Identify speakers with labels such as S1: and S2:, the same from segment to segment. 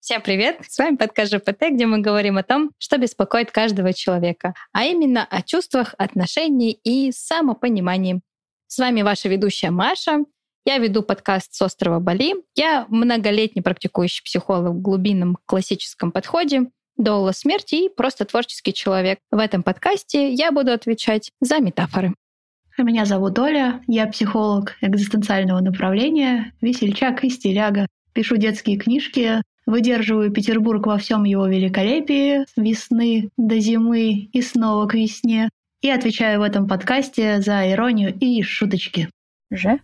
S1: Всем привет! С вами подкаст ЖПТ, где мы говорим о том, что беспокоит каждого человека, а именно о чувствах, отношениях и самопонимании. С вами ваша ведущая Маша. Я веду подкаст с острова Бали. Я многолетний практикующий психолог в глубинном классическом подходе, доула смерти и просто творческий человек. В этом подкасте я буду отвечать за метафоры.
S2: Меня зовут Оля, я психолог экзистенциального направления, весельчак и стиляга. Пишу детские книжки, выдерживаю Петербург во всем его великолепии, с весны до зимы и снова к весне. И отвечаю в этом подкасте за иронию и шуточки.
S1: ЖПТ.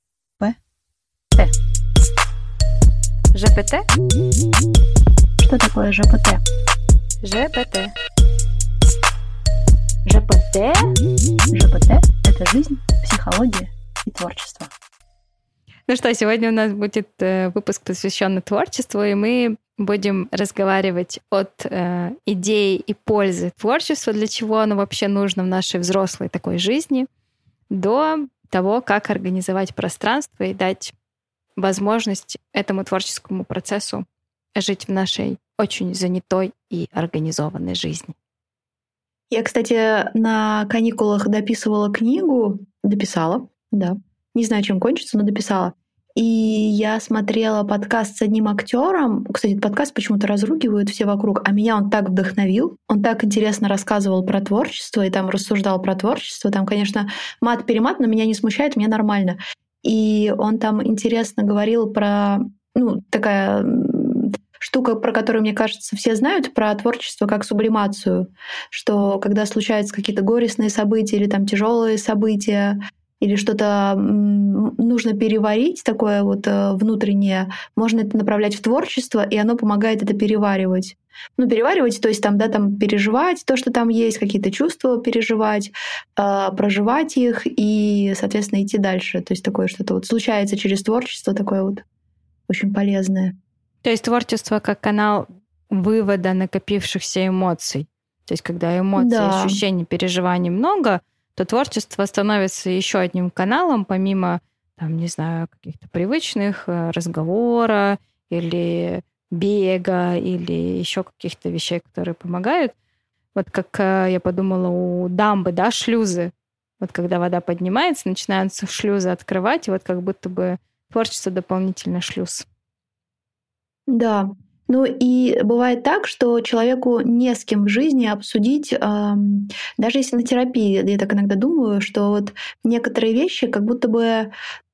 S1: ЖПТ?
S2: Что такое ЖПТ?
S1: ЖПТ.
S2: ЖПТ? ЖПТ — это жизнь, психология и творчество.
S1: Ну что, сегодня у нас будет выпуск, посвященный творчеству, и мы будем разговаривать от идей и пользы творчества, для чего оно вообще нужно в нашей взрослой такой жизни, до того, как организовать пространство и дать возможность этому творческому процессу жить в нашей очень занятой и организованной жизни.
S2: Я, кстати, на каникулах дописала, да. Не знаю, чем кончится, но дописала. И я смотрела подкаст с одним актером. Кстати, этот подкаст почему-то разругивают все вокруг, а меня он так вдохновил. Он так интересно рассказывал про творчество и там рассуждал про творчество. Там, конечно, мат-перемат, но меня не смущает, мне нормально. И он там интересно говорил про, такая штука, про которую, мне кажется, все знают, про творчество как сублимацию, что когда случаются какие-то горестные события или там тяжелые события, или что-то нужно переварить, такое вот внутреннее, можно это направлять в творчество, и оно помогает это переваривать. Переваривать, то есть там переживать то, что там есть, какие-то чувства переживать, проживать их и, соответственно, идти дальше. То есть такое что-то вот случается через творчество, такое вот очень полезное.
S1: То есть творчество как канал вывода накопившихся эмоций. То есть когда эмоций,
S2: Да.
S1: ощущений, переживаний много, то творчество становится еще одним каналом, помимо, каких-то привычных разговора или бега или еще каких-то вещей, которые помогают. Вот как я подумала, у дамбы, шлюзы. Вот когда вода поднимается, начинаются шлюзы открывать, и вот как будто бы творчество дополнительно шлюз.
S2: Да. И бывает так, что человеку не с кем в жизни обсудить, даже если на терапии, я так иногда думаю, что вот некоторые вещи как будто бы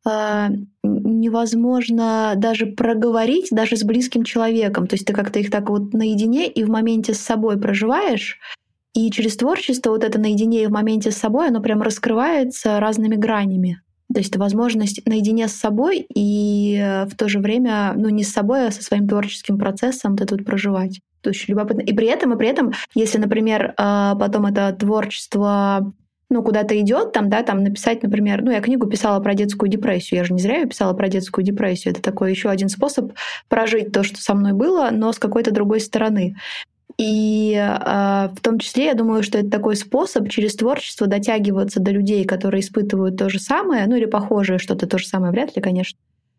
S2: невозможно даже проговорить даже с близким человеком. То есть ты как-то их так вот наедине и в моменте с собой проживаешь, и через творчество вот это наедине и в моменте с собой, оно прям раскрывается разными гранями. То есть это возможность наедине с собой и в то же время, не с собой, а со своим творческим процессом это тут проживать. Это очень любопытно. И при этом, если, например, потом это творчество куда-то идет, написать, например, я книгу писала про детскую депрессию. Я же не зря ее писала про детскую депрессию. Это такой еще один способ прожить то, что со мной было, но с какой-то другой стороны. И в том числе, я думаю, что это такой способ через творчество дотягиваться до людей, которые испытывают то же самое, или похожее что-то, то же самое вряд ли, конечно,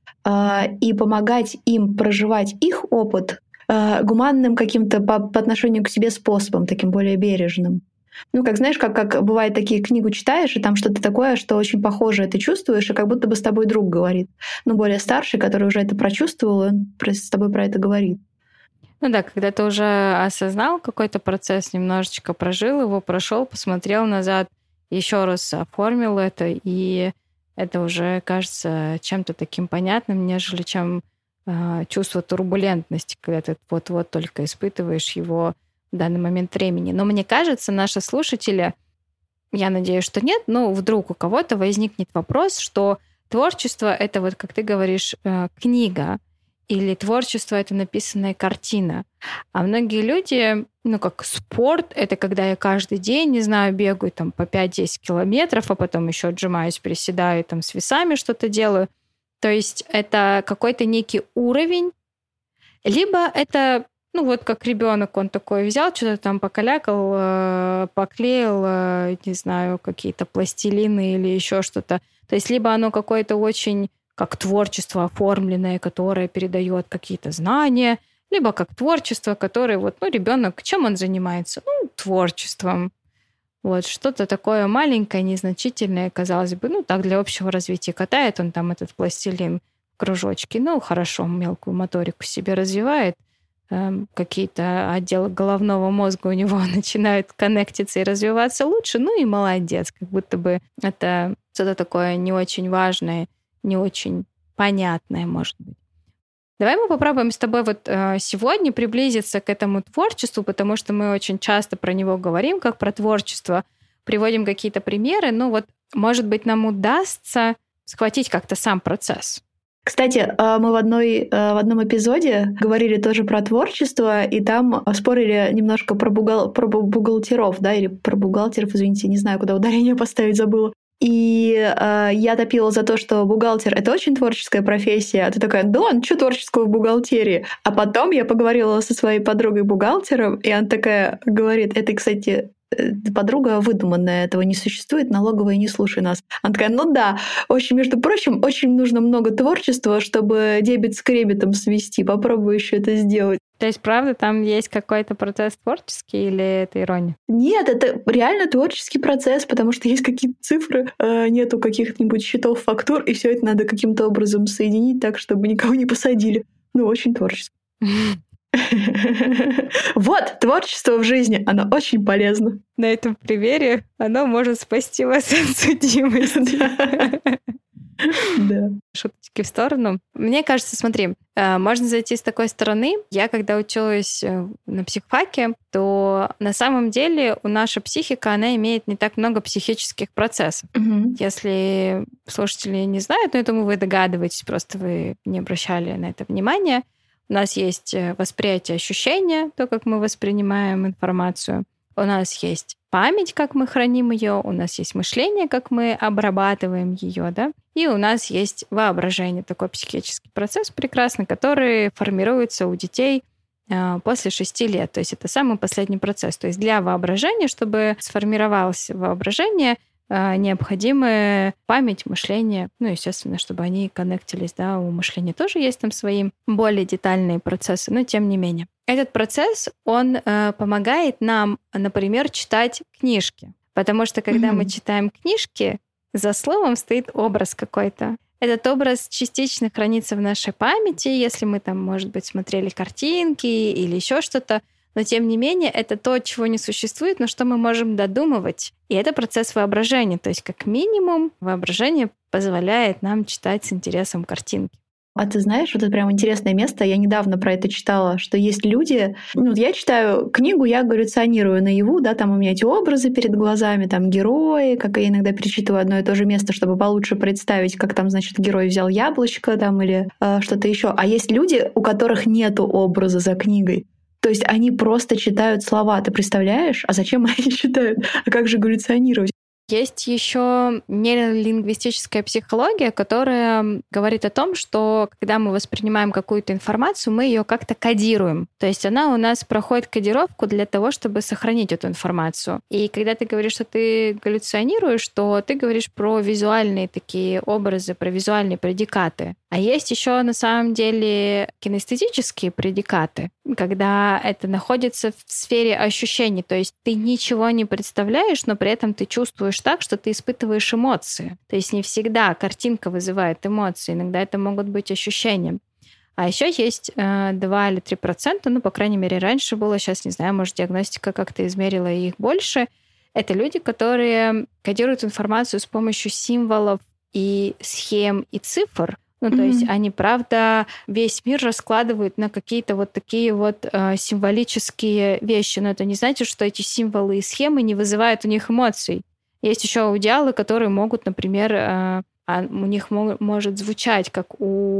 S2: и помогать им проживать их опыт гуманным каким-то по отношению к себе способом, таким более бережным. Как бывает, такие книгу читаешь, и там что-то такое, что очень похожее ты чувствуешь, и как будто бы с тобой друг говорит. Более старший, который уже это прочувствовал, он с тобой про это говорит.
S1: Когда ты уже осознал какой-то процесс, немножечко прожил его, прошел, посмотрел назад, еще раз оформил это, и это уже кажется чем-то таким понятным, нежели чем чувство турбулентности, когда ты вот-вот только испытываешь его в данный момент времени. Но мне кажется, наши слушатели, я надеюсь, что нет, но вдруг у кого-то возникнет вопрос, что творчество — это вот, как ты говоришь, книга, или творчество — это написанная картина. А многие люди, как спорт, это когда я каждый день, бегаю по 5-10 километров, а потом еще отжимаюсь, приседаю, с весами что-то делаю. То есть это какой-то некий уровень, либо это, как ребенок, он такой взял, что-то покалякал, поклеил, какие-то пластилины или еще что-то. То есть либо оно какое-то очень как творчество оформленное, которое передает какие-то знания, либо как творчество, которое ребенок, чем он занимается? Творчеством. Что-то такое маленькое, незначительное, казалось бы, так для общего развития. Катает он там этот пластилин в кружочки, хорошо, мелкую моторику себе развивает, какие-то отделы головного мозга у него начинают коннектиться и развиваться лучше, и молодец, как будто бы это что-то такое не очень важное, не очень понятное, может быть. Давай мы попробуем с тобой сегодня приблизиться к этому творчеству, потому что мы очень часто про него говорим, как про творчество, приводим какие-то примеры. Может быть, нам удастся схватить как-то сам процесс.
S2: Кстати, мы в одном эпизоде говорили тоже про творчество, и там спорили немножко про бухгалтеров, да, или про бухгалтеров, извините, не знаю, куда ударение поставить, забыла. И я топила за то, что бухгалтер — это очень творческая профессия. А ты такая: да, что творческого в бухгалтерии? А потом я поговорила со своей подругой-бухгалтером, и она такая говорит: это, кстати, подруга выдуманная, этого не существует, налоговая, не слушай нас. Она такая: да, между прочим, очень нужно много творчества, чтобы дебет с кредитом свести. Попробуй еще это сделать.
S1: То есть, правда, там есть какой-то процесс творческий или это ирония?
S2: Нет, это реально творческий процесс, потому что есть какие-то цифры, нету каких-нибудь счетов, фактур, и все это надо каким-то образом соединить так, чтобы никого не посадили. Очень творчески. Вот, творчество в жизни, оно очень полезно.
S1: На этом примере оно может спасти вас от судимости.
S2: Да.
S1: Шуточки в сторону. Мне кажется, смотри, можно зайти с такой стороны. Я, когда училась на психфаке, то на самом деле наша психика, она имеет не так много психических процессов.
S2: Угу.
S1: Если слушатели не знают, но я думаю, вы догадываетесь, просто вы не обращали на это внимания. У нас есть восприятие ощущения, то, как мы воспринимаем информацию. У нас есть память, как мы храним ее, у нас есть мышление, как мы обрабатываем ее, да, и у нас есть воображение, такой психический процесс прекрасный, который формируется у детей после 6 лет. То есть это самый последний процесс. То есть для воображения, чтобы сформировалось воображение, необходимы память, мышление, естественно, чтобы они коннектились, да, у мышления тоже есть там свои более детальные процессы, но тем не менее. Этот процесс, он помогает нам, например, читать книжки, потому что когда мы читаем книжки, за словом стоит образ какой-то. Этот образ частично хранится в нашей памяти, если мы там, может быть, смотрели картинки или еще что-то, но тем не менее это то, чего не существует, но что мы можем додумывать. И это процесс воображения. То есть, как минимум, воображение позволяет нам читать с интересом картинки.
S2: А ты знаешь, это прям интересное место. Я недавно про это читала, что есть люди... я читаю книгу, я галлюционирую наяву, да, там у меня эти образы перед глазами, там герои, как я иногда перечитываю одно и то же место, чтобы получше представить, как там, значит, герой взял яблочко там или что-то еще. А есть люди, у которых нету образа за книгой. То есть они просто читают слова. Ты представляешь? А зачем они читают? А как же галлюционировать?
S1: Есть еще нейролингвистическая психология, которая говорит о том, что когда мы воспринимаем какую-то информацию, мы ее как-то кодируем. То есть она у нас проходит кодировку для того, чтобы сохранить эту информацию. И когда ты говоришь, что ты галлюционируешь, то ты говоришь про визуальные такие образы, про визуальные предикаты. А есть еще на самом деле кинестетические предикаты, когда это находится в сфере ощущений. То есть ты ничего не представляешь, но при этом ты чувствуешь так, что ты испытываешь эмоции. То есть не всегда картинка вызывает эмоции, иногда это могут быть ощущения. А еще есть 2 или 3%, по крайней мере, раньше было, сейчас не знаю, может, диагностика как-то измерила их больше. Это люди, которые кодируют информацию с помощью символов и схем и цифр. То есть они, правда, весь мир раскладывают на какие-то вот такие вот символические вещи. Но это не значит, что эти символы и схемы не вызывают у них эмоций. Есть еще аудиалы, которые могут, например, у них может звучать, как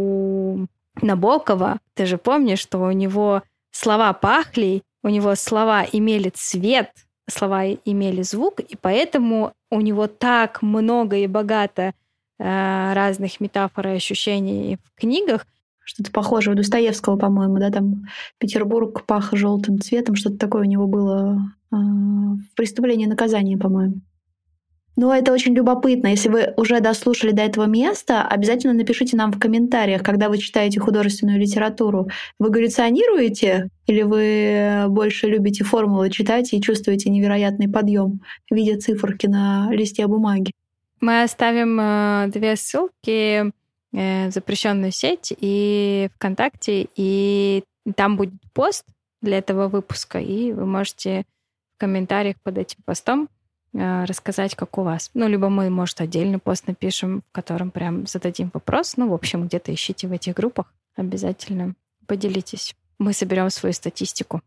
S1: у Набокова. Ты же помнишь, что у него слова пахли, у него слова имели цвет, слова имели звук, и поэтому у него так много и богато разных метафор и ощущений в книгах.
S2: Что-то похожее у Достоевского, по-моему, да, там Петербург пах желтым цветом, что-то такое у него было в «Преступлении и наказании», по-моему. Но это очень любопытно. Если вы уже дослушали до этого места, обязательно напишите нам в комментариях, когда вы читаете художественную литературу. Вы галлюционируете или вы больше любите формулы читать и чувствуете невероятный подъем в виде циферки на листе бумаги?
S1: Мы оставим 2 ссылки в запрещенную сеть и ВКонтакте, и там будет пост для этого выпуска, и вы можете в комментариях под этим постом рассказать, как у вас. Либо мы, может, отдельный пост напишем, в котором прям зададим вопрос. В общем, где-то ищите в этих группах. Обязательно поделитесь. Мы соберем свою статистику.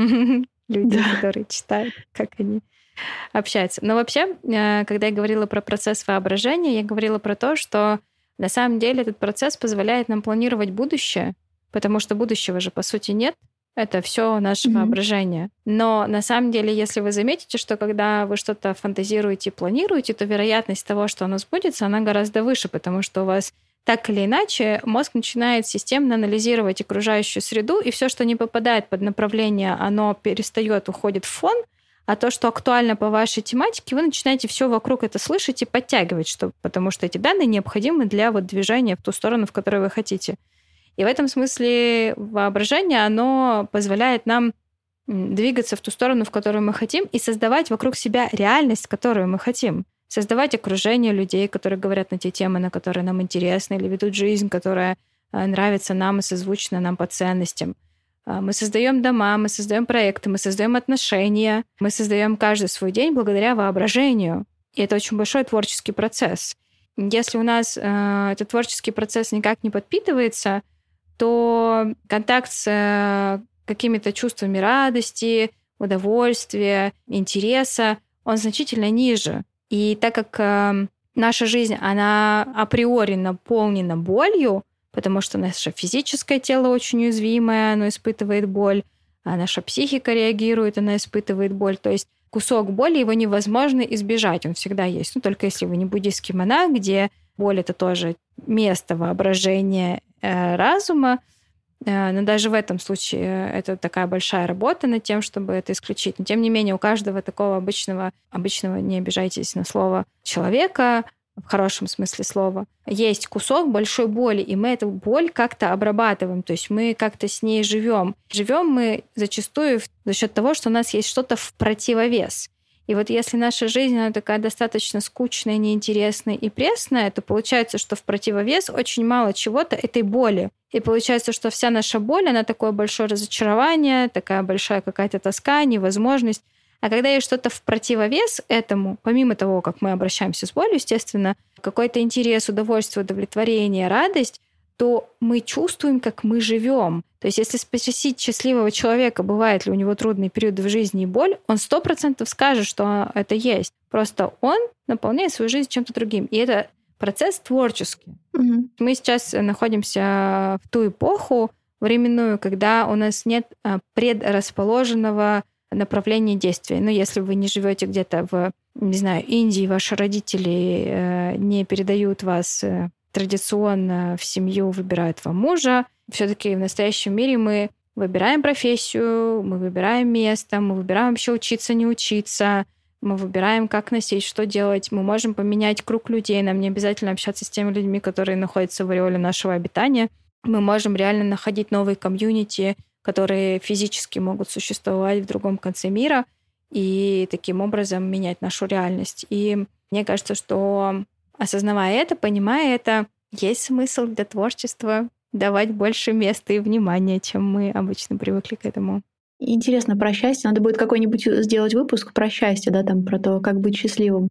S1: Люди, которые читают, как они общаются. Но вообще, когда я говорила про процесс воображения, я говорила про то, что на самом деле этот процесс позволяет нам планировать будущее, потому что будущего же, по сути, нет. Это все наше воображение. Но на самом деле, если вы заметите, что когда вы что-то фантазируете и планируете, то вероятность того, что оно сбудется, она гораздо выше, потому что у вас так или иначе мозг начинает системно анализировать окружающую среду, и все, что не попадает под направление, оно перестает, уходит в фон, а то, что актуально по вашей тематике, вы начинаете все вокруг это слышать и подтягивать, потому что эти данные необходимы для движения в ту сторону, в которую вы хотите. И в этом смысле воображение, оно позволяет нам двигаться в ту сторону, в которую мы хотим, и создавать вокруг себя реальность, которую мы хотим. Создавать окружение людей, которые говорят на те темы, на которые нам интересны, или ведут жизнь, которая нравится нам и созвучна нам по ценностям. Мы создаем дома, мы создаем проекты, мы создаем отношения, мы создаем каждый свой день благодаря воображению. И это очень большой творческий процесс. Если у нас этот творческий процесс никак не подпитывается, то контакт с какими-то чувствами радости, удовольствия, интереса, он значительно ниже. И так как наша жизнь, она априори наполнена болью, потому что наше физическое тело очень уязвимое, оно испытывает боль, а наша психика реагирует, она испытывает боль. То есть кусок боли, его невозможно избежать, он всегда есть. Только если вы не буддийский монах, где боль — это тоже место воображения разума, но даже в этом случае это такая большая работа над тем, чтобы это исключить. Но тем не менее у каждого такого обычного, не обижайтесь на слово, человека, в хорошем смысле слова, есть кусок большой боли, и мы эту боль как-то обрабатываем, то есть мы как-то с ней живем. Живем мы зачастую за счет того, что у нас есть что-то в противовес. И вот если наша жизнь, она такая достаточно скучная, неинтересная и пресная, то получается, что в противовес очень мало чего-то этой боли. И получается, что вся наша боль, она такое большое разочарование, такая большая какая-то тоска, невозможность. А когда есть что-то в противовес этому, помимо того, как мы обращаемся с болью, естественно, какой-то интерес, удовольствие, удовлетворение, радость, то мы чувствуем, как мы живем. То есть если спросить счастливого человека, бывает ли у него трудные периоды в жизни и боль, он 100% скажет, что это есть. Просто он наполняет свою жизнь чем-то другим. И это процесс творческий. Мы сейчас находимся в ту эпоху временную, когда у нас нет предрасположенного направления действия. Если вы не живете где-то в, Индии, ваши родители не передают вас традиционно в семью, выбирают вам мужа. Все-таки в настоящем мире мы выбираем профессию, мы выбираем место, мы выбираем вообще учиться, не учиться, мы выбираем, как носить, что делать. Мы можем поменять круг людей, нам не обязательно общаться с теми людьми, которые находятся в ореоле нашего обитания. Мы можем реально находить новые комьюнити, которые физически могут существовать в другом конце мира и таким образом менять нашу реальность. И мне кажется, что осознавая это, понимая это, есть смысл для творчества давать больше места и внимания, чем мы обычно привыкли к этому.
S2: Интересно про счастье. Надо будет какой-нибудь сделать выпуск про счастье, там про то, как быть счастливым.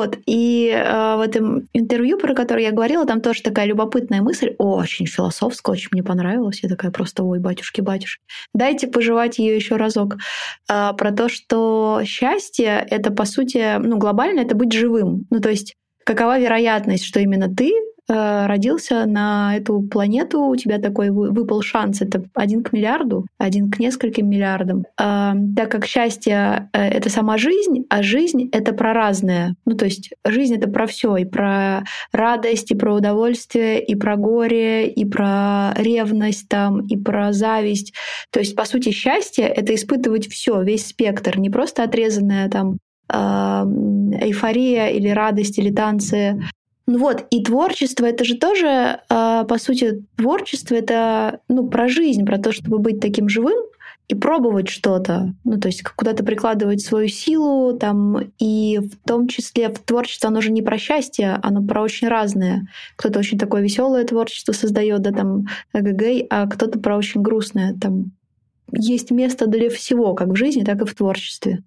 S2: И в этом интервью, про которое я говорила, там тоже такая любопытная мысль, очень философская, очень мне понравилась. Я такая просто, ой, батюшки. Дайте пожевать ее еще разок. Про то, что счастье — это, по сути, глобально это быть живым. То есть какова вероятность, что именно ты родился на эту планету, у тебя такой выпал шанс, это 1 к миллиарду, 1 к нескольким миллиардам. Так как счастье — это сама жизнь, а жизнь — это про разное. То есть жизнь — это про все, и про радость, и про удовольствие, и про горе, и про ревность, и про зависть. То есть, по сути, счастье — это испытывать все, весь спектр, не просто отрезанное эйфория или радость, или танцы. Ну вот, и творчество — это же тоже, по сути, творчество — это про жизнь, про то, чтобы быть таким живым и пробовать что-то. Ну, то есть куда-то прикладывать свою силу, там, и в том числе в творчество, оно же не про счастье, оно про очень разное. Кто-то очень такое веселое творчество создает, да, там, эгэгэй, а кто-то про очень грустное. Там есть место для всего, как в жизни, так и в творчестве.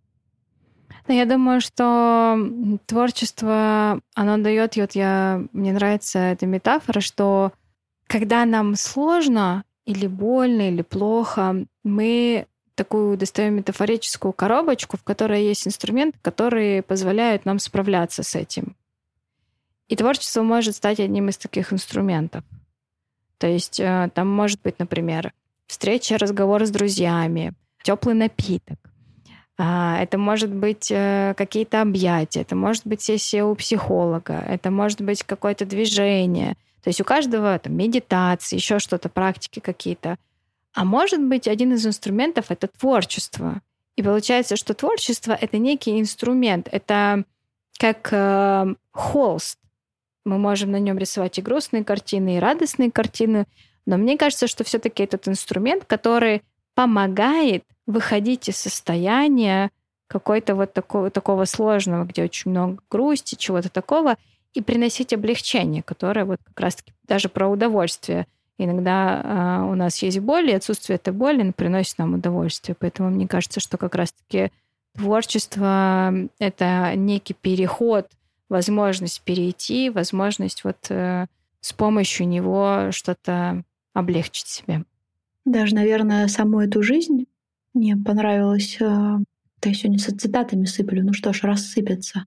S1: Но я думаю, что творчество, оно дает, мне нравится эта метафора, что когда нам сложно или больно, или плохо, мы такую достаем метафорическую коробочку, в которой есть инструменты, которые позволяют нам справляться с этим. И творчество может стать одним из таких инструментов. То есть там может быть, например, встреча, разговор с друзьями, теплый напиток. Это может быть какие-то объятия, это может быть сессия у психолога, это может быть какое-то движение. То есть у каждого там медитации, еще что-то, практики какие-то. А может быть, один из инструментов — это творчество. И получается, что творчество — это некий инструмент, это как холст. Мы можем на нем рисовать и грустные картины, и радостные картины. Но мне кажется, что все-таки этот инструмент, который помогает выходить из состояния какой-то вот такого сложного, где очень много грусти, чего-то такого, и приносить облегчение, которое вот как раз-таки даже про удовольствие. Иногда у нас есть боль, и отсутствие этой боли приносит нам удовольствие. Поэтому мне кажется, что как раз-таки творчество — это некий переход, возможность перейти, возможность вот с помощью него что-то облегчить себе.
S2: Даже, наверное, саму эту жизнь мне понравилось. Да, я сегодня с цитатами сыплю. Ну что ж, рассыпется.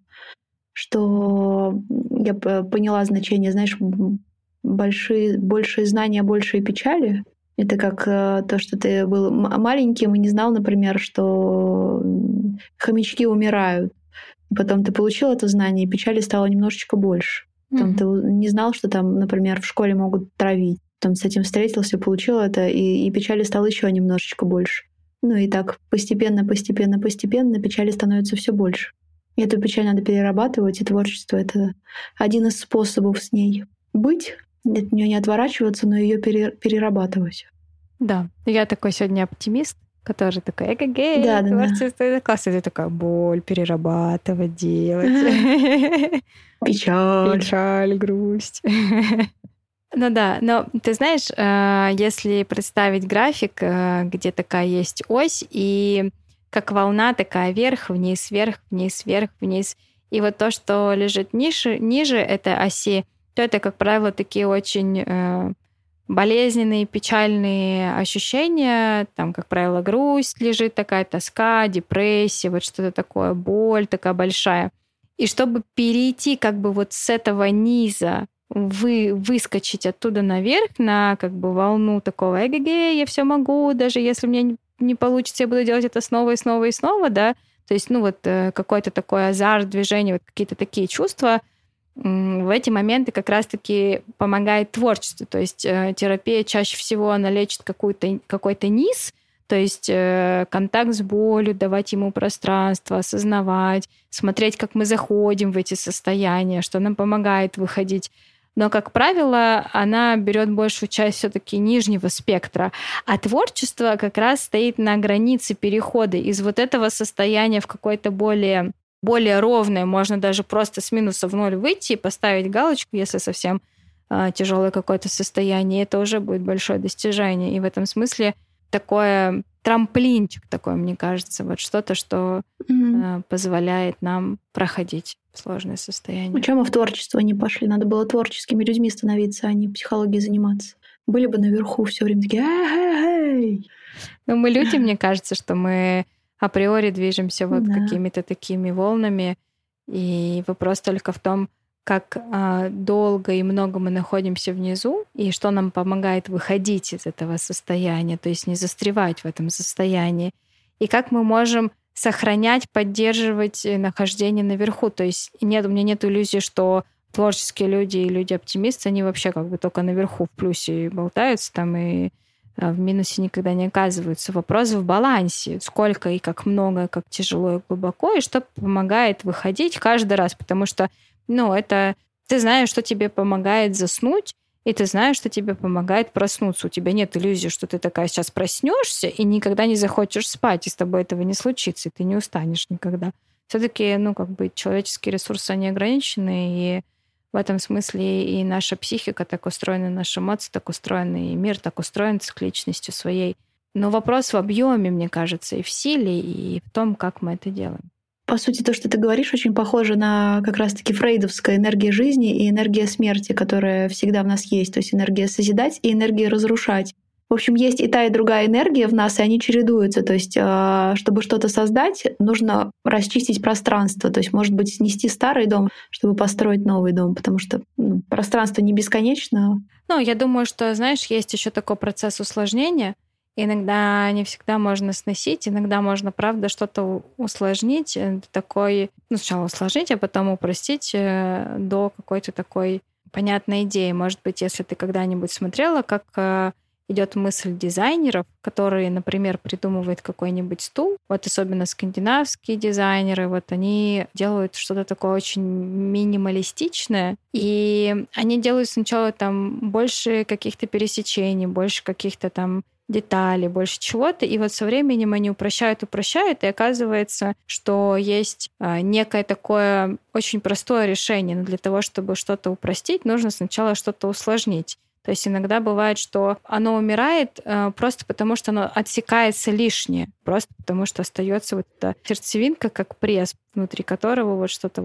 S2: Что я поняла значение, знаешь, большие знания, большие печали. Это как то, что ты был маленьким и не знал, например, что хомячки умирают. И потом ты получил это знание, и печали стало немножечко больше. Потом ты не знал, что там, например, в школе могут травить. Потом с этим встретился, получил это, и печали стало еще немножечко больше. Ну и так постепенно печали становится все больше. И эту печаль надо перерабатывать, и творчество — это один из способов с ней быть, от нее не отворачиваться, но ее перерабатывать.
S1: Да, я такой сегодня оптимист, который такой эгэгэй, творчество — это классно. Ты такая боль перерабатывать, делать. Печаль, грусть. Ну да, но ты знаешь, если представить график, где такая есть ось, и как волна такая вверх-вниз, вверх-вниз, вверх-вниз, и вот то, что лежит ниже этой оси, то это, как правило, такие очень болезненные, печальные ощущения, там, как правило, грусть лежит, такая тоска, депрессия, вот что-то такое, боль такая большая. И чтобы перейти как бы вот с этого низа, выскочить оттуда наверх на как бы волну такого эгэгэй, я все могу, даже если мне не получится, я буду делать это снова и снова и снова, да, то есть, ну вот какой-то такой азарт, движение, вот какие-то такие чувства, в эти моменты как раз-таки помогает творчество, то есть терапия чаще всего она лечит какой-то низ, то есть контакт с болью, давать ему пространство, осознавать, смотреть, как мы заходим в эти состояния, что нам помогает выходить. Но, как правило, она берет большую часть все-таки нижнего спектра. А творчество как раз стоит на границе перехода из вот этого состояния в какое-то более ровное. Можно даже просто с минуса в ноль выйти и поставить галочку, если совсем тяжелое какое-то состояние. Это уже будет большое достижение. И в этом смысле такое трамплинчик такой, мне кажется, вот что-то, что позволяет нам проходить сложное состояние.
S2: Почему мы в творчество не пошли? Надо было творческими людьми становиться, а не психологией заниматься. Были бы наверху все время такие эй-эй-эй.
S1: Ну, мы люди, мне кажется, что мы априори движемся вот какими-то такими волнами, и вопрос только в том, как долго и много мы находимся внизу, и что нам помогает выходить из этого состояния, то есть не застревать в этом состоянии, и как мы можем сохранять, поддерживать нахождение наверху. То есть у меня нет иллюзии, что творческие люди и люди-оптимисты, они вообще как бы только наверху в плюсе болтаются там и в минусе никогда не оказываются. Вопрос в балансе. Сколько и как много, как тяжело и глубоко, и что помогает выходить каждый раз. Потому что, это ты знаешь, что тебе помогает заснуть, и ты знаешь, что тебе помогает проснуться. У тебя нет иллюзии, что ты такая сейчас проснешься и никогда не захочешь спать, и с тобой этого не случится, и ты не устанешь никогда. Все-таки, человеческие ресурсы, они ограничены, и в этом смысле и наша психика так устроена, и наши эмоции так устроены, и мир так устроен цикличностью своей. Но вопрос в объеме, мне кажется, и в силе, и в том, как мы это делаем.
S2: По сути, то, что ты говоришь, очень похоже на как раз-таки фрейдовская энергия жизни и энергия смерти, которая всегда в нас есть. То есть энергия созидать и энергия разрушать. В общем, есть и та, и другая энергия в нас, и они чередуются. То есть, чтобы что-то создать, нужно расчистить пространство. То есть, может быть, снести старый дом, чтобы построить новый дом, потому что пространство не бесконечно.
S1: Я думаю, что, знаешь, есть еще такой процесс усложнения. Иногда не всегда можно сносить, иногда можно, правда, что-то усложнить. Такой, сначала усложнить, а потом упростить до какой-то такой понятной идеи. Может быть, если ты когда-нибудь смотрела, как идет мысль дизайнеров, которые, например, придумывают какой-нибудь стул. Вот особенно скандинавские дизайнеры, они делают что-то такое очень минималистичное, и они делают сначала там больше каких-то пересечений, больше каких-то там деталей, больше чего-то, и со временем они упрощают, и оказывается, что есть некое такое очень простое решение, но для того, чтобы что-то упростить, нужно сначала что-то усложнить. То есть иногда бывает, что оно умирает просто потому, что оно отсекается лишнее, просто потому что остается эта сердцевинка, как пресс, внутри которого что-то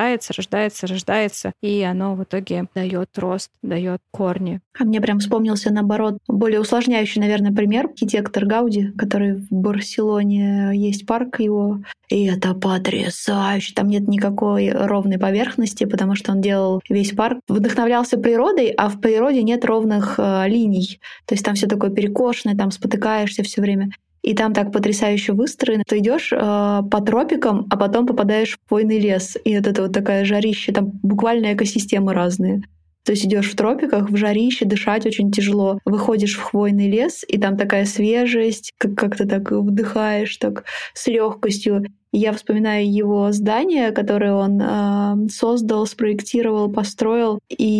S1: рождается, и оно в итоге дает рост, дает корни.
S2: А мне прям вспомнился, наоборот, более усложняющий, наверное, пример. Архитектор Гауди, который в Барселоне есть парк его, и это потрясающе. Там нет никакой ровной поверхности, потому что он делал весь парк, вдохновлялся природой, а в природе нет ровных линий. То есть там все такое перекошенное, там спотыкаешься все время. И там так потрясающе выстроено. Ты идешь по тропикам, а потом попадаешь в хвойный лес. И это такая жарища, там буквально экосистемы разные. То есть идешь в тропиках, в жарище, дышать очень тяжело. Выходишь в хвойный лес, и там такая свежесть, как-то так вдыхаешь так с легкостью. И я вспоминаю его здание, которое он создал, спроектировал, построил.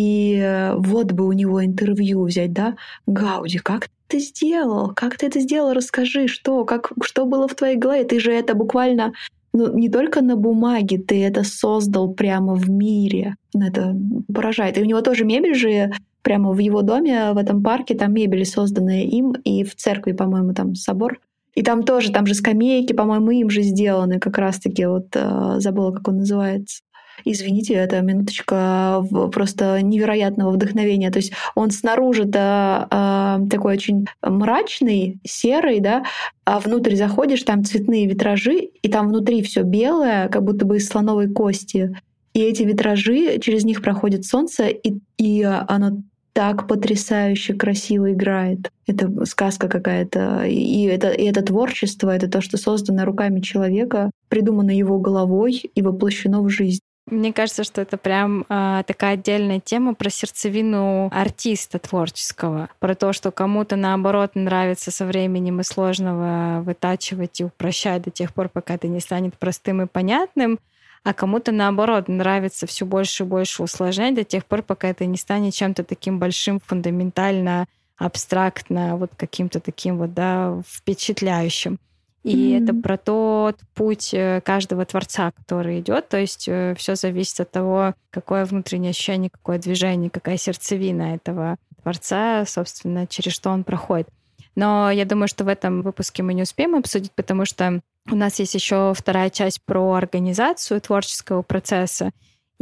S2: И вот бы у него интервью взять, да? Гауди, как ты сделал? Как ты это сделал? Расскажи, что было в твоей голове? Ты же это буквально не только на бумаге, ты это создал прямо в мире. Это поражает. И у него тоже мебель же прямо в его доме, в этом парке, там мебель, созданная им, и в церкви, по-моему, там собор. И там же скамейки, по-моему, им же сделаны как раз-таки. Забыла, как он называется. Извините, это минуточка просто невероятного вдохновения. То есть он снаружи-то такой очень мрачный, серый, да, а внутрь заходишь, там цветные витражи, и там внутри все белое, как будто бы из слоновой кости. И эти витражи, через них проходит солнце, и оно так потрясающе красиво играет. Это сказка какая-то. И это творчество, это то, что создано руками человека, придумано его головой и воплощено в жизнь.
S1: Мне кажется, что это прям такая отдельная тема про сердцевину артиста творческого, про то, что кому-то наоборот нравится со временем и сложного вытачивать и упрощать до тех пор, пока это не станет простым и понятным, а кому-то наоборот нравится все больше и больше усложнять до тех пор, пока это не станет чем-то таким большим, фундаментально, абстрактно, каким-то таким впечатляющим. И это про тот путь каждого творца, который идет. То есть все зависит от того, какое внутреннее ощущение, какое движение, какая сердцевина этого творца, собственно, через что он проходит. Но я думаю, что в этом выпуске мы не успеем обсудить, потому что у нас есть еще вторая часть про организацию творческого процесса,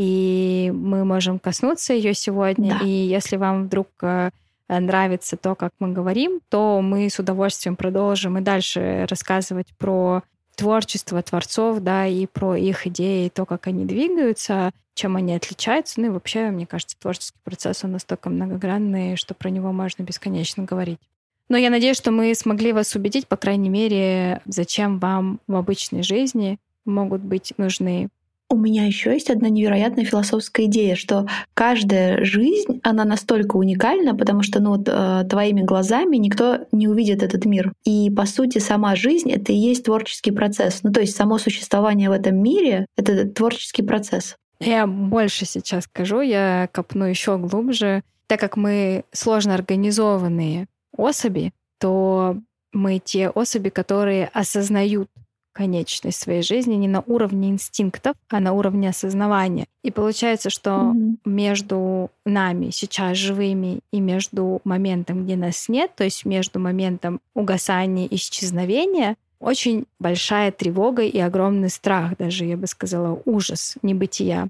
S1: и мы можем коснуться ее сегодня.
S2: Да.
S1: И если вам вдруг нравится то, как мы говорим, то мы с удовольствием продолжим и дальше рассказывать про творчество творцов, да, и про их идеи, то, как они двигаются, чем они отличаются. И вообще, мне кажется, творческий процесс, он настолько многогранный, что про него можно бесконечно говорить. Но я надеюсь, что мы смогли вас убедить, по крайней мере, зачем вам в обычной жизни могут быть нужны
S2: У меня еще есть одна невероятная философская идея, что каждая жизнь, она настолько уникальна, потому что твоими глазами никто не увидит этот мир. И, по сути, сама жизнь — это и есть творческий процесс. То есть само существование в этом мире — это творческий процесс.
S1: Я больше сейчас скажу, я копну еще глубже. Так как мы сложно организованные особи, то мы те особи, которые осознают конечность своей жизни не на уровне инстинктов, а на уровне осознавания. И получается, что между нами сейчас живыми и между моментом, где нас нет, то есть между моментом угасания и исчезновения, очень большая тревога и огромный страх, даже, я бы сказала, ужас небытия.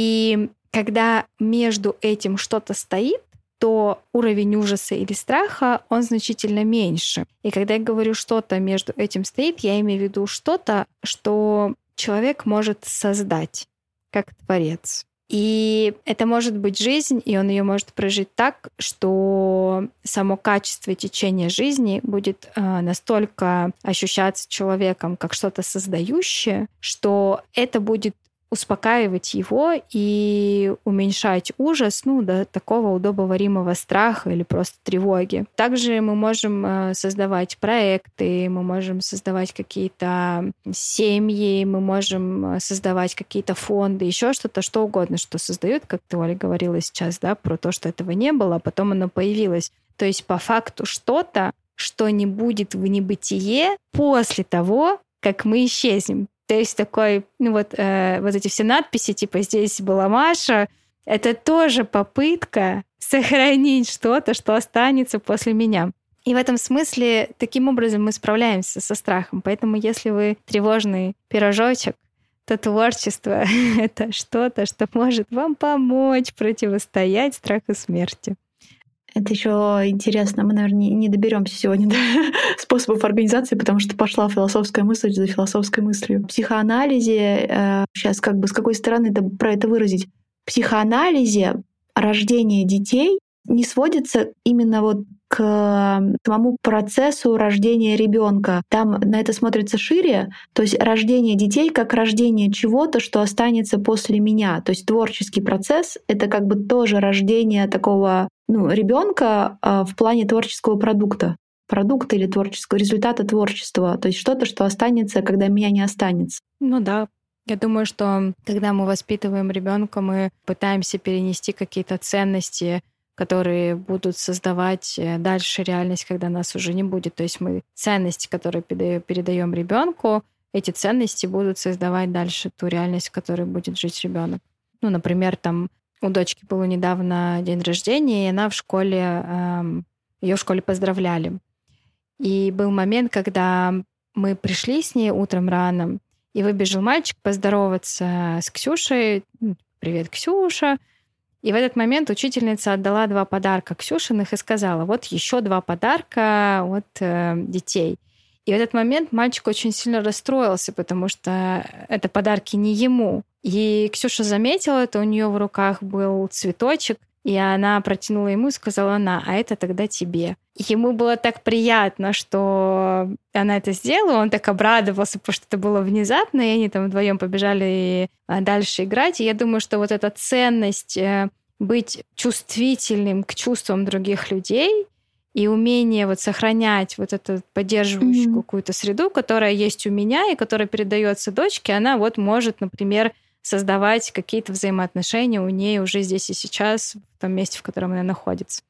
S1: И когда между этим что-то стоит, то уровень ужаса или страха, он значительно меньше. И когда я говорю что-то между этим стоит, я имею в виду что-то, что человек может создать как творец. И это может быть жизнь, и он ее может прожить так, что само качество и течение жизни будет настолько ощущаться человеком как что-то создающее, что это будет успокаивать его и уменьшать ужас, до такого удобоваримого страха или просто тревоги. Также мы можем создавать проекты, мы можем создавать какие-то семьи, мы можем создавать какие-то фонды, еще что-то, что угодно, что создают, как ты, Оля, говорила сейчас, про то, что этого не было, а потом оно появилось. То есть по факту что-то, что не будет в небытие после того, как мы исчезнем. То есть такой, вот эти все надписи, типа «здесь была Маша», это тоже попытка сохранить что-то, что останется после меня. И в этом смысле таким образом мы справляемся со страхом. Поэтому если вы тревожный пирожочек, то творчество — это что-то, что может вам помочь противостоять страху смерти.
S2: Это еще интересно. Мы, наверное, не доберемся сегодня до способов организации, потому что пошла философская мысль за философской мыслью. В психоанализе, сейчас с какой стороны про это выразить, в психоанализе рождение детей не сводится именно к самому процессу рождения ребенка. Там на это смотрится шире, то есть рождение детей как рождение чего-то, что останется после меня. То есть творческий процесс — это тоже рождение такого ребенка в плане творческого продукта или творческого результата творчества, то есть что-то, что останется, когда меня не останется.
S1: Да. Я думаю, что когда мы воспитываем ребенка, мы пытаемся перенести какие-то ценности, которые будут создавать дальше реальность, когда нас уже не будет. То есть мы ценности, которые передаем ребенку, эти ценности будут создавать дальше ту реальность, в которой будет жить ребенок. Например, у дочки был недавно день рождения, и она в школе, ее в школе поздравляли. И был момент, когда мы пришли с ней утром рано, и выбежал мальчик поздороваться с Ксюшей. «Привет, Ксюша!» И в этот момент учительница отдала 2 подарка Ксюшиных и сказала: вот еще 2 подарка от детей. И в этот момент мальчик очень сильно расстроился, потому что это подарки не ему. И Ксюша заметила это, у нее в руках был цветочек, и она протянула ему и сказала: а это тогда тебе. И ему было так приятно, что она это сделала, он так обрадовался, потому что это было внезапно, и они вдвоем побежали дальше играть. И я думаю, что вот эта ценность быть чувствительным к чувствам других людей и умение сохранять эту поддерживающую какую-то среду, которая есть у меня и которая передается дочке, она может, например, создавать какие-то взаимоотношения у нее уже здесь и сейчас, в том месте, в котором она находится.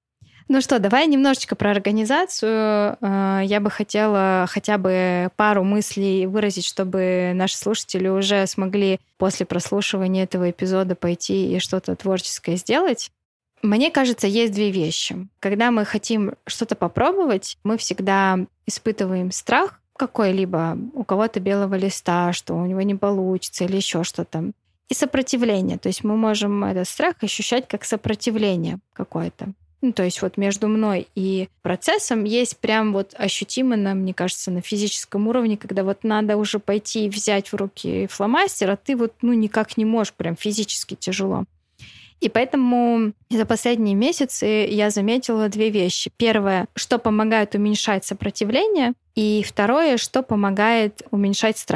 S1: Давай немножечко про организацию. Я бы хотела хотя бы пару мыслей выразить, чтобы наши слушатели уже смогли после прослушивания этого эпизода пойти и что-то творческое сделать. Мне кажется, есть 2 вещи. Когда мы хотим что-то попробовать, мы всегда испытываем страх какой-либо, у кого-то белого листа, что у него не получится или еще что-то. И сопротивление. То есть мы можем этот страх ощущать как сопротивление какое-то. То есть между мной и процессом есть прям ощутимо, мне кажется, на физическом уровне, когда надо уже пойти и взять в руки фломастер, а ты никак не можешь, прям физически тяжело. И поэтому за последние месяцы я заметила 2 вещи. Первое, что помогает уменьшать сопротивление, и второе, что помогает уменьшать страх.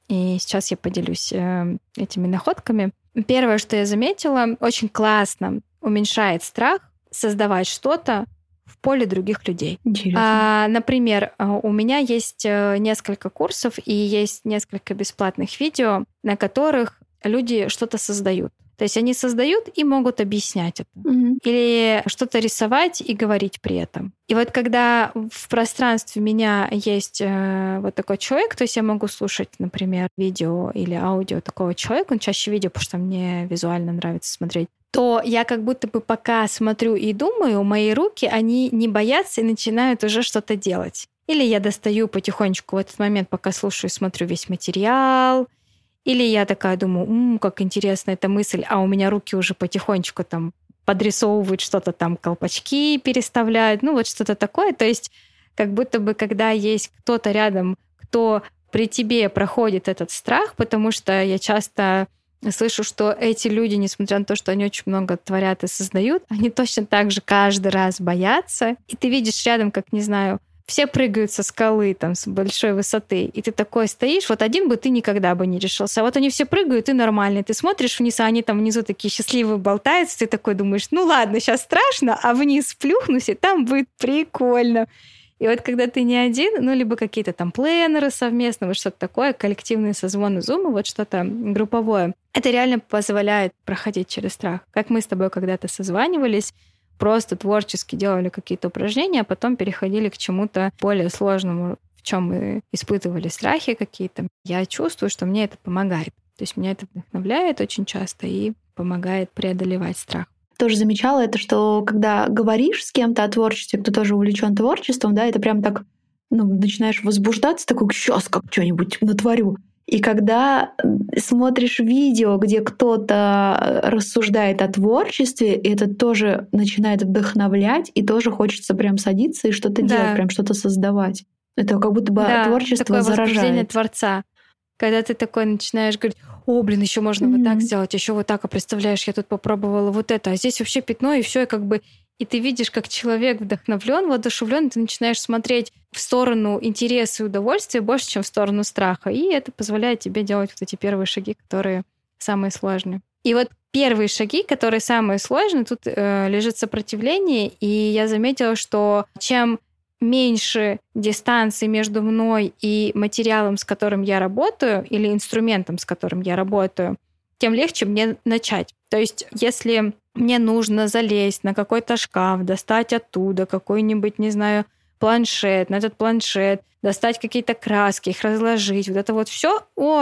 S1: И сейчас я поделюсь этими находками. Первое, что я заметила, очень классно уменьшает страх создавать что-то в поле других людей.
S2: Интересно.
S1: Например, у меня есть несколько курсов и есть несколько бесплатных видео, на которых люди что-то создают. То есть они создают и могут объяснять это. Или что-то рисовать и говорить при этом. И вот когда в пространстве у меня есть вот такой человек, то есть я могу слушать, например, видео или аудио такого человека, он чаще видео, потому что мне визуально нравится смотреть, то я как будто бы пока смотрю и думаю, мои руки, они не боятся и начинают уже что-то делать. Или я достаю потихонечку в этот момент, пока слушаю и смотрю весь материал. Или я такая думаю, как интересна эта мысль, а у меня руки уже потихонечку там подрисовывают что-то там, колпачки переставляют, вот что-то такое. То есть как будто бы, когда есть кто-то рядом, кто при тебе проходит этот страх, потому что я часто слышу, что эти люди, несмотря на то, что они очень много творят и создают, они точно так же каждый раз боятся. И ты видишь рядом, как, не знаю, все прыгают со скалы, там, с большой высоты, и ты такой стоишь, вот один бы ты никогда бы не решился. А вот они все прыгают, и нормально. Ты смотришь вниз, а они там внизу такие счастливые болтаются, ты такой думаешь, ладно, сейчас страшно, а вниз плюхнусь, и там будет прикольно. И вот когда ты не один, либо какие-то там пленеры совместно, вот что-то такое, коллективные созвоны Zoom, вот что-то групповое, это реально позволяет проходить через страх. Как мы с тобой когда-то созванивались, просто творчески делали какие-то упражнения, а потом переходили к чему-то более сложному, в чем мы испытывали страхи какие-то. Я чувствую, что мне это помогает. То есть меня это вдохновляет очень часто и помогает преодолевать страх.
S2: Тоже замечала это, что когда говоришь с кем-то о творчестве, кто тоже увлечен творчеством, да, это прям так, начинаешь возбуждаться, такой, сейчас как что-нибудь натворю. И когда смотришь видео, где кто-то рассуждает о творчестве, это тоже начинает вдохновлять, и тоже хочется прям садиться и что-то делать, прям что-то создавать. Это как будто бы творчество
S1: такое
S2: заражает.
S1: Возбуждение творца. Когда ты такой начинаешь говорить, еще можно вот так сделать, еще вот так, а представляешь, я тут попробовала вот это, а здесь вообще пятно, и все, и ты видишь, как человек вдохновлен, воодушевлен, и ты начинаешь смотреть в сторону интереса и удовольствия больше, чем в сторону страха. И это позволяет тебе делать вот эти первые шаги, которые самые сложные. И вот первые шаги, которые самые сложные, тут лежит сопротивление, и я заметила, что чем меньше дистанции между мной и материалом, с которым я работаю, или инструментом, с которым я работаю, тем легче мне начать. То есть, если мне нужно залезть на какой-то шкаф, достать оттуда какой-нибудь, не знаю, планшет, на этот планшет, достать какие-то краски, их разложить, вот это вот все,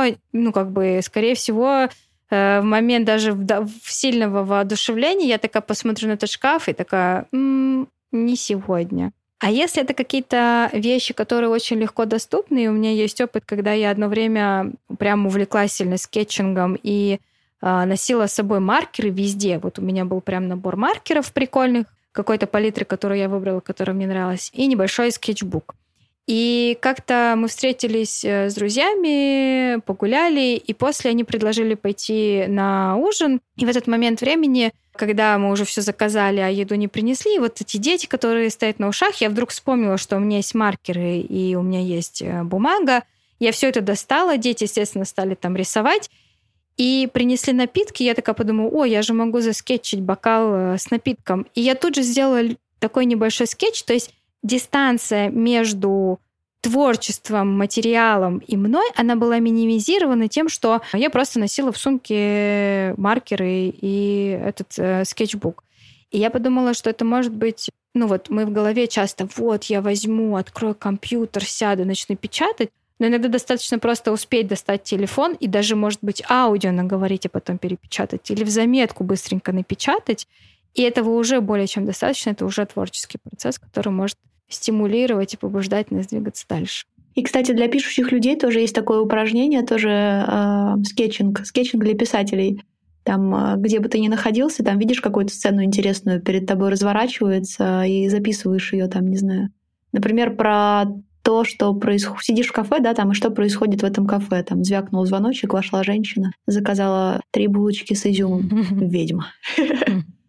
S1: скорее всего, в момент даже сильного воодушевления я такая посмотрю на этот шкаф и такая, не сегодня. А если это какие-то вещи, которые очень легко доступны, и у меня есть опыт, когда я одно время прям увлеклась сильно скетчингом и носила с собой маркеры везде. Вот у меня был прям набор маркеров прикольных, какой-то палитры, которую я выбрала, которая мне нравилась, и небольшой скетчбук. И как-то мы встретились с друзьями, погуляли, и после они предложили пойти на ужин. И в этот момент времени, когда мы уже все заказали, а еду не принесли, вот эти дети, которые стоят на ушах, я вдруг вспомнила, что у меня есть маркеры и у меня есть бумага. Я все это достала, дети, естественно, стали там рисовать. И принесли напитки, я такая подумала, я же могу заскетчить бокал с напитком. И я тут же сделала такой небольшой скетч, то есть дистанция между творчеством, материалом и мной, она была минимизирована тем, что я просто носила в сумке маркеры и этот скетчбук. И я подумала, что это может быть... мы в голове часто, я возьму, открою компьютер, сяду, начну печатать. Но иногда достаточно просто успеть достать телефон и даже, может быть, аудио наговорить, а потом перепечатать. Или в заметку быстренько напечатать. И этого уже более чем достаточно. Это уже творческий процесс, который может стимулировать и побуждать нас двигаться дальше.
S2: И, кстати, для пишущих людей тоже есть такое упражнение, тоже скетчинг для писателей. Там, где бы ты ни находился, там видишь какую-то сцену интересную, перед тобой разворачивается, и записываешь ее там, не знаю. Например, про то, что происходит. Сидишь в кафе, да, там, и что происходит в этом кафе. Там звякнул звоночек, вошла женщина, заказала 3 булочки с изюмом. Ведьма.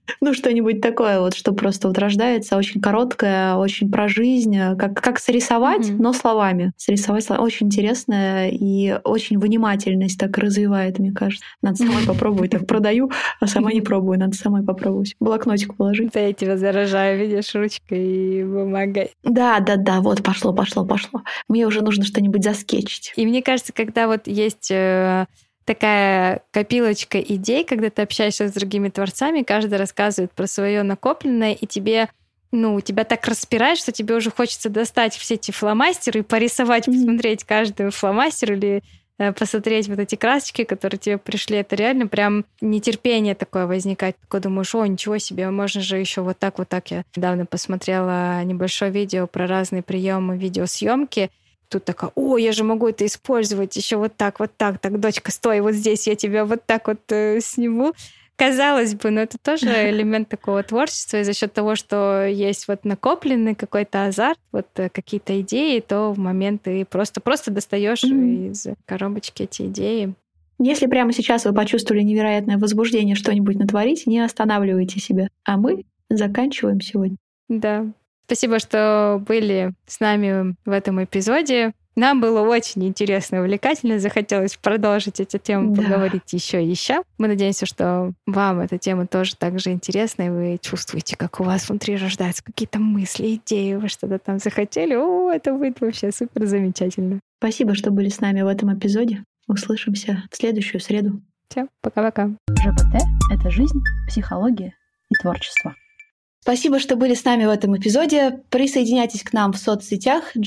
S2: Ну, что-нибудь такое, вот, что просто вот рождается, очень короткое, очень про жизнь, как срисовать, но словами. Срисовать очень интересное и очень внимательность так развивает, мне кажется. Надо самой попробовать. Так продаю, а сама не пробую. Надо самой попробовать. Блокнотик положить.
S1: Да, я тебя заражаю, видишь, ручкой и бумагой.
S2: Да, вот пошло. Мне уже нужно что-нибудь заскетчить.
S1: И мне кажется, когда вот есть такая копилочка идей, когда ты общаешься с другими творцами, каждый рассказывает про свое накопленное, и тебе, тебя так распирает, что тебе уже хочется достать все эти фломастеры и порисовать, посмотреть каждый фломастер или посмотреть вот эти красочки, которые тебе пришли. Это реально прям нетерпение такое возникает. Такое думаешь, ничего себе, можно же еще вот так. Я недавно посмотрела небольшое видео про разные приемы видеосъемки. Тут такая, я же могу это использовать еще вот так. Так, дочка, стой, вот здесь я тебя вот так вот сниму. Казалось бы, но это тоже элемент такого творчества, и за счет того, что есть вот накопленный какой-то азарт, вот какие-то идеи, то в момент ты просто достаешь из коробочки эти идеи.
S2: Если прямо сейчас вы почувствовали невероятное возбуждение что-нибудь натворить, не останавливайте себя. А мы заканчиваем сегодня.
S1: Да. Спасибо, что были с нами в этом эпизоде. Нам было очень интересно и увлекательно. Захотелось продолжить эту тему, поговорить еще и еще. Мы надеемся, что вам эта тема тоже так же интересна, и вы чувствуете, как у вас внутри рождаются какие-то мысли, идеи, вы что-то там захотели. Это будет вообще супер замечательно.
S2: Спасибо, что были с нами в этом эпизоде. Услышимся в следующую среду.
S1: Все, пока-пока.
S2: ЖПТ — это жизнь, психология и творчество. Спасибо, что были с нами в этом эпизоде. Присоединяйтесь к нам в соцсетях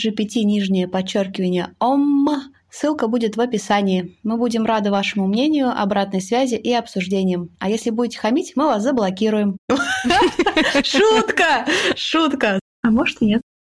S2: GPT_ОМ. Ссылка будет в описании. Мы будем рады вашему мнению, обратной связи и обсуждениям. А если будете хамить, мы вас заблокируем. Шутка! А может и нет.